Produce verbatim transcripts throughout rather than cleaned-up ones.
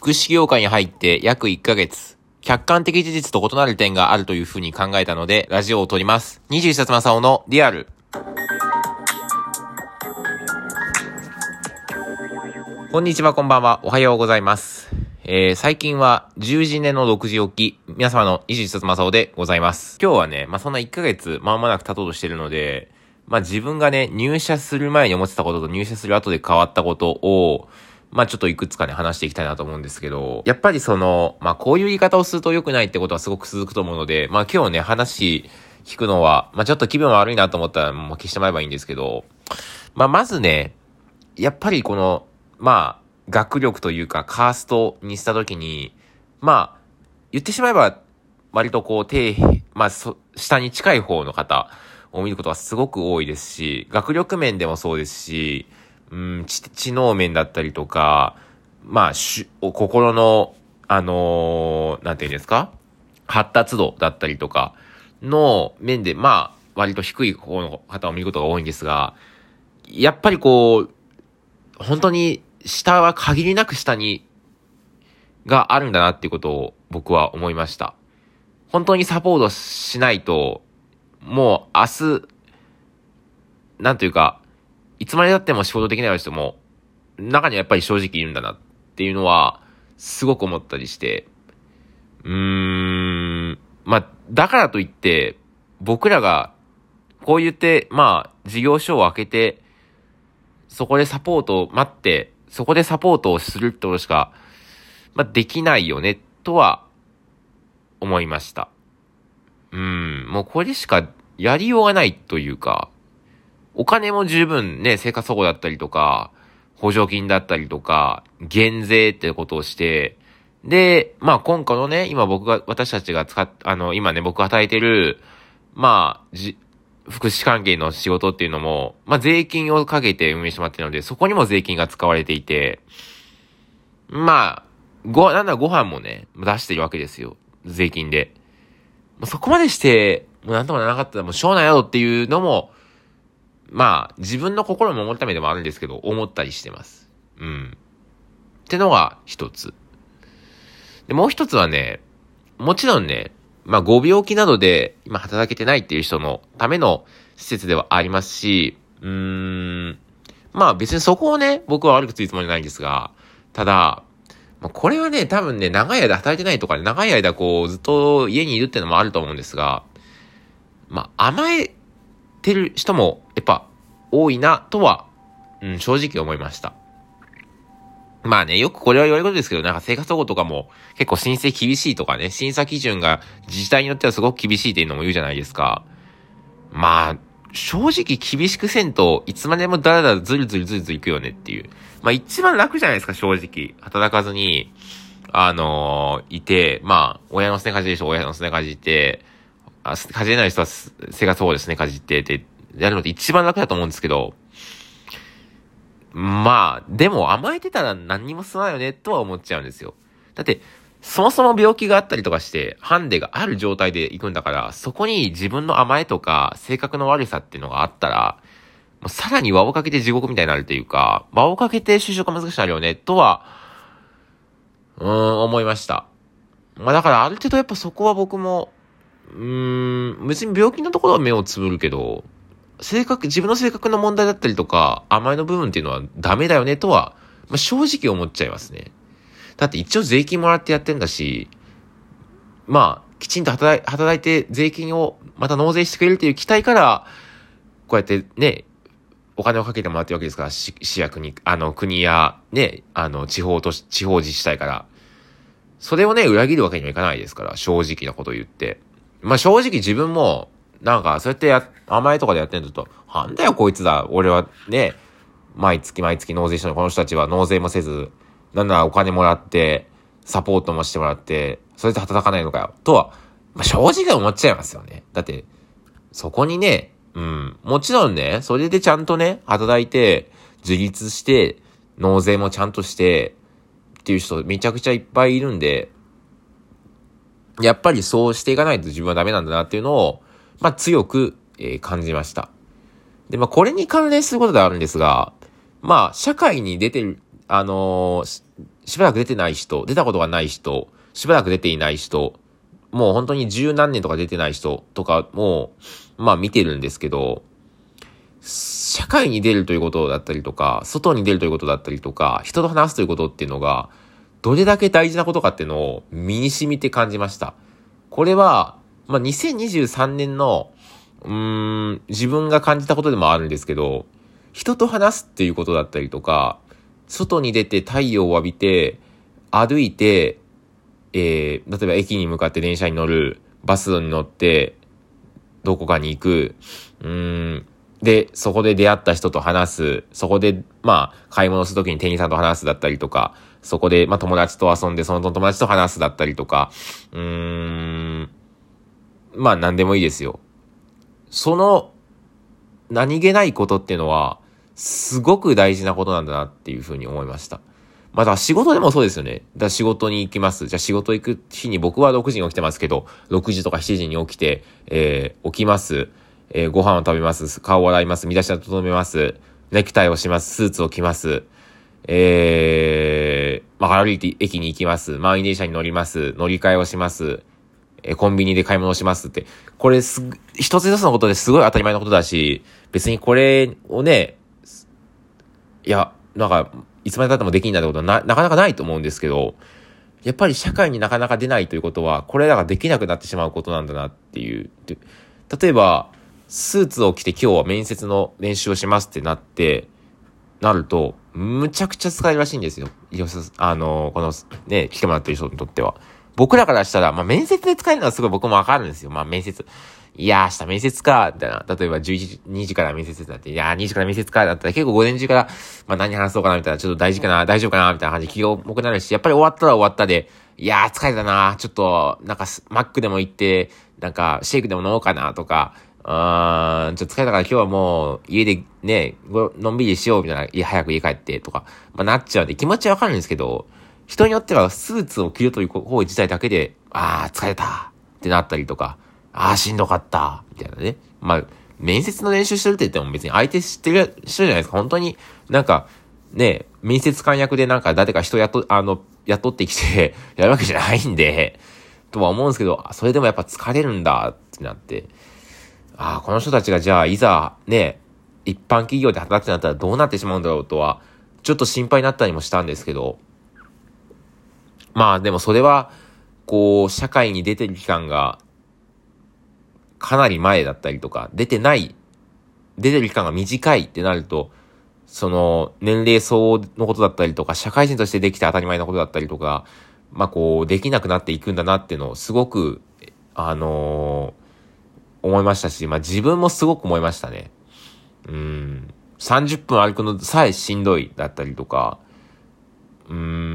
福祉業界に入って約いっかげつ、客観的事実と異なる点があるというふうに考えたので、ラジオを撮ります。にじゅういっさつまさおのリアル。こんにちは、こんばんは。おはようございます。えー、最近はじゅうじ寝のろくじ起き、皆様のにじゅういっさつまさおでございます。今日はね、まあ、そんないっかげつまもなく経とうとしてるので、まあ、自分がね、入社する前に思ってたことと入社する後で変わったことを、まあ、ちょっといくつかね、話していきたいなと思うんですけど、やっぱりその、まあ、こういう言い方をすると良くないってことはすごく続くと思うので、まあ、今日ね、話聞くのは、まあ、ちょっと気分悪いなと思ったら、もう消してもらえばいいんですけど、まあ、まずね、やっぱりこの、まあ、学力というか、カーストにしたときに、まあ、言ってしまえば、割とこう、低、まあ、そ、下に近い方の方を見ることがすごく多いですし、学力面でもそうですし、うん、知、知能面だったりとか、まあ、し心の、あのー、なんていうんですか？発達度だったりとかの面で、まあ、割と低い方の方を見ることが多いんですが、やっぱりこう、本当に下は限りなく下に、があるんだなっていうことを僕は思いました。本当にサポートしないと、もう明日、なんというか、いつまでだっても仕事できない人も、中にはやっぱり正直いるんだなっていうのは、すごく思ったりして、うーん、まあ、だからといって、僕らが、こう言って、まあ、事業所を開けて、そこでサポートを待って、そこでサポートをするってことしか、まあ、できないよね、とは、思いました。うーん、もうこれしかやりようがないというか、お金も十分ね、生活保護だったりとか、補助金だったりとか、減税ってことをして、で、まあ今回のね、今僕が、私たちが使っ、あの、今ね、僕が働いてる、まあ、じ、福祉関係の仕事っていうのも、まあ税金をかけて運営してもらってるので、そこにも税金が使われていて、まあ、ご、なんならご飯もね、出してるわけですよ。税金で。そこまでして、もうなんとかならなかったらもうしょうがないやろっていうのも、まあ、自分の心を守るためでもあるんですけど、思ったりしてます。うん。ってのが一つ。で、もう一つはね、もちろんね、まあ、ご病気などで今働けてないっていう人のための施設ではありますし、うーん、まあ別にそこをね、僕は悪くついつもりないんですが、ただ、まあ、これはね、多分ね、長い間働いてないとか、ね、長い間こう、ずっと家にいるっていうのもあると思うんですが、まあ、甘えてる人も、やっぱ、多いな、とは、うん、正直思いました。まあね、よくこれは言われることですけど、なんか生活保護とかも結構申請厳しいとかね、審査基準が自治体によってはすごく厳しいっていうのも言うじゃないですか。まあ、正直厳しくせんといつまでもだらだらずるずるずるずるいくよねっていう。まあ一番楽じゃないですか、正直。働かずに、あのー、いて、まあ、親のすねかじる人は親のすねかじって、あ、かじれない人は生活保護ですね、かじって、で、やるのって一番楽だと思うんですけど、まあ、でも甘えてたら何にもすまないよね、とは思っちゃうんですよ。だって、そもそも病気があったりとかして、ハンデがある状態で行くんだから、そこに自分の甘えとか、性格の悪さっていうのがあったら、もうさらに輪をかけて地獄みたいになるというか、輪をかけて就職が難しくなるよね、とは、うーん、思いました。まあだからある程度やっぱそこは僕も、うーん、別に病気のところは目をつぶるけど、性格、自分の性格の問題だったりとか、甘えの部分っていうのはダメだよねとは、まあ、正直思っちゃいますね。だって一応税金もらってやってんだし、まあ、きちんと働い、働いて税金をまた納税してくれるっていう期待から、こうやってね、お金をかけてもらってるわけですから、市、市や国、あの、国やね、あの、地方都市、地方自治体から。それをね、裏切るわけにはいかないですから、正直なことを言って。まあ正直自分も、なんか、そうやってや、甘えとかでやってんのと、なんだよこいつだ。俺はね、毎月毎月納税してるこの人たちは納税もせず、なんならお金もらって、サポートもしてもらって、それで働かないのかよ。とは、まあ、正直思っちゃいますよね。だって、そこにね、うん、もちろんね、それでちゃんとね、働いて、自立して、納税もちゃんとして、っていう人めちゃくちゃいっぱいいるんで、やっぱりそうしていかないと自分はダメなんだなっていうのを、まあ強く、えー、感じました。で、まあこれに関連することではあるんですが、まあ社会に出てる、あのー、 しばらく出てない人、出たことがない人、しばらく出ていない人、もう本当に十何年とか出てない人とかも、まあ見てるんですけど、社会に出るということだったりとか、外に出るということだったりとか、人と話すということっていうのが、どれだけ大事なことかっていうのを身に染みて感じました。これは、まあにせんにじゅうさんねんの、うーん、自分が感じたことでもあるんですけど、人と話すっていうことだったりとか、外に出て太陽を浴びて、歩いて、えー、例えば駅に向かって電車に乗る、バスに乗って、どこかに行く、うーん、で、そこで出会った人と話す、そこで、まあ、買い物するときに店員さんと話すだったりとか、そこで、まあ、友達と遊んで、その友達と話すだったりとか、うーん、まあ、なんでもいいですよ。その、何気ないことっていうのは、すごく大事なことなんだなっていうふうに思いました。まあ、だから仕事でもそうですよね。だから仕事に行きます。じゃあ仕事行く日に僕はろくじに起きてますけど、ろくじとかしちじに起きて、えー、起きます。えー、ご飯を食べます。顔を洗います。身だしなみを整めます。ネクタイをします。スーツを着ます。えー、まあ、歩いて駅に行きます。満員電車に乗ります。乗り換えをします。えー、コンビニで買い物をしますって。これす、一つ一つのことですごい当たり前のことだし、別にこれをね、いや、なんか、いつまで経ってもできんだってことはな、なかなかないと思うんですけど、やっぱり社会になかなか出ないということは、これらができなくなってしまうことなんだなっていう。例えば、スーツを着て今日は面接の練習をしますってなって、なると、むちゃくちゃ疲れるらしいんですよ。あの、このね、来てもらってる人にとっては。僕らからしたら、まあ面接で使えるのはすごい僕もわかるんですよ。まあ面接。いやー、明日面接か、みたいな。例えばじゅういちじ、にじから面接ってなって、いやー、にじから面接か、だったら結構午前中から、まあ何話そうかな、みたいな。ちょっと大事かな、大丈夫かな、みたいな感じで気が重くなるし、やっぱり終わったら終わったで、いやー、疲れたな、ちょっと、なんか、マックでも行って、なんか、シェイクでも飲もうかな、とか、あー、ちょっと疲れたから今日はもう、家でね、のんびりしよう、みたいな、家早く家帰って、とか、まあなっちゃうんで、気持ちはわかるんですけど、人によってはスーツを着るという行為自体だけで、あー、疲れた、ってなったりとか、あーしんどかった、みたいなね。まあ、面接の練習してるって言っても別に相手知ってる人じゃないですか。本当になんか、ね、面接官役でなんか誰か人雇、あの、雇ってきてやるわけじゃないんで、とは思うんですけど、それでもやっぱ疲れるんだってなって、ああ、この人たちがじゃあいざね、一般企業で働くってなったらどうなってしまうんだろうとは、ちょっと心配になったりもしたんですけど、まあでもそれは、こう、社会に出てる期間が、かなり前だったりとか、出てない、出てる期間が短いってなると、その、年齢相応のことだったりとか、社会人としてできて当たり前のことだったりとか、まあこう、できなくなっていくんだなっていうのを、すごく、あのー、思いましたし、まあ自分もすごく思いましたね。うん。さんじゅっぷん歩くのさえしんどいだったりとか、うん、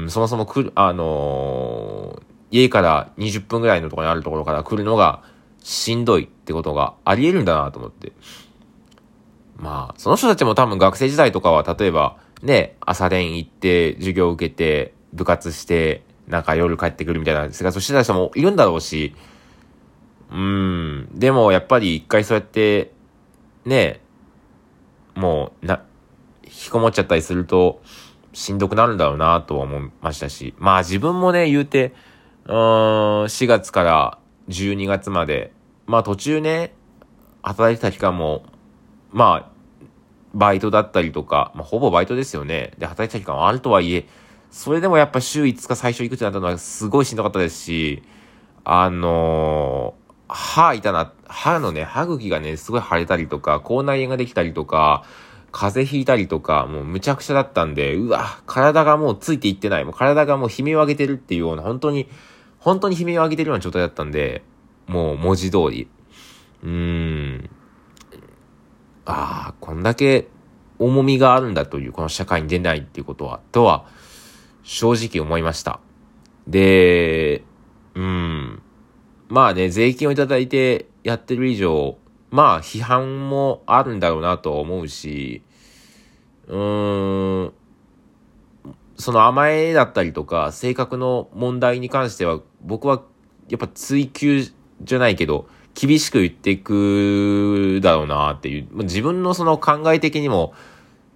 そもそも来る、あのー、家からにじゅっぷんぐらいのところにあるところから来るのがしんどいってことがあり得るんだなと思って。まあ、その人たちも多分学生時代とかは、例えば、ね、朝練行って、授業受けて、部活して、なんか夜帰ってくるみたいな生活をしてた人もいるんだろうし、うーん、でもやっぱり一回そうやって、ね、もう、な、引きこもっちゃったりすると、しんどくなるんだろうなとは思いましたし、まあ自分もね、言うて、うーん、しがつからじゅうにがつまで、まあ途中ね、働いてた期間も、まあ、バイトだったりとか、まあほぼバイトですよね。で、働いてた期間はあるとはいえ、それでもやっぱ週いつか最初行くってなったのはすごいしんどかったですし、あのー、歯痛な、歯のね、歯茎がね、すごい腫れたりとか、口内炎ができたりとか、風邪ひいたりとか、もうむちゃくちゃだったんで、うわ、体がもうついていってない。もう体がもう悲鳴を上げてるっていうような、本当に、本当に悲鳴を上げてるような状態だったんで、もう文字通り。うーん。ああ、こんだけ重みがあるんだという、この社会に出ないっていうことは、とは、正直思いました。で、うーん。まあね、税金をいただいてやってる以上、まあ批判もあるんだろうなと思うし、うーん、その甘えだったりとか、性格の問題に関しては、僕はやっぱ追求じゃないけど、厳しく言っていくだろうなっていう、自分のその考え的にも、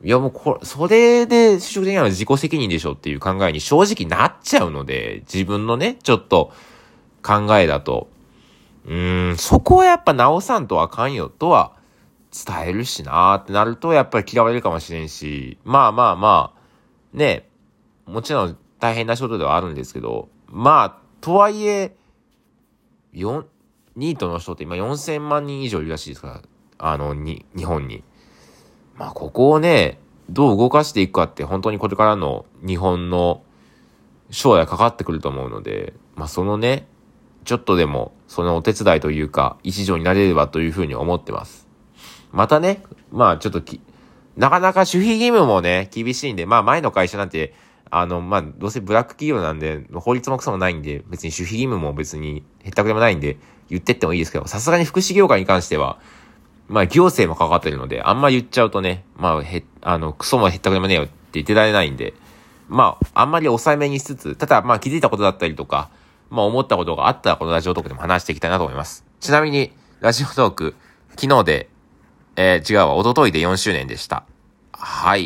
いやもうこれ、それで就職できないのは自己責任でしょっていう考えに正直なっちゃうので、自分のね、ちょっと考えだと。うーん、そこはやっぱ直さんとあかんよとは伝えるしなーってなるとやっぱり嫌われるかもしれんし、まあまあまあ、ね、もちろん大変な仕事ではあるんですけど、まあ、とはいえ、よん、ニートの人って今よんせんまんにん以上いるらしいですから、あの、に、日本に。まあ、ここをね、どう動かしていくかって本当にこれからの日本の将来かかってくると思うので、まあ、そのね、ちょっとでもそのお手伝いというか一助になれればというふうに思ってます。またね、まあちょっとき、なかなか守秘義務もね、厳しいんで、まあ前の会社なんて、あの、まあどうせブラック企業なんで、法律もクソもないんで、別に守秘義務も別にへったくれもないんで、言ってってもいいですけど、さすがに福祉業界に関しては、まあ行政も関わってるので、あんま言っちゃうとね、まあへ、あの、クソもへったくれもねえよって言ってられないんで、まあ、あんまり抑えめにしつつ、ただまあ気づいたことだったりとか、まあ思ったことがあったらこのラジオトークでも話していきたいなと思います。ちなみに、ラジオトーク、昨日で、えー、違うわ、一昨日でよんしゅうねんでした。はい。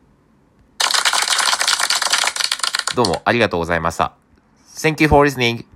どうもありがとうございました。Thank you for listening.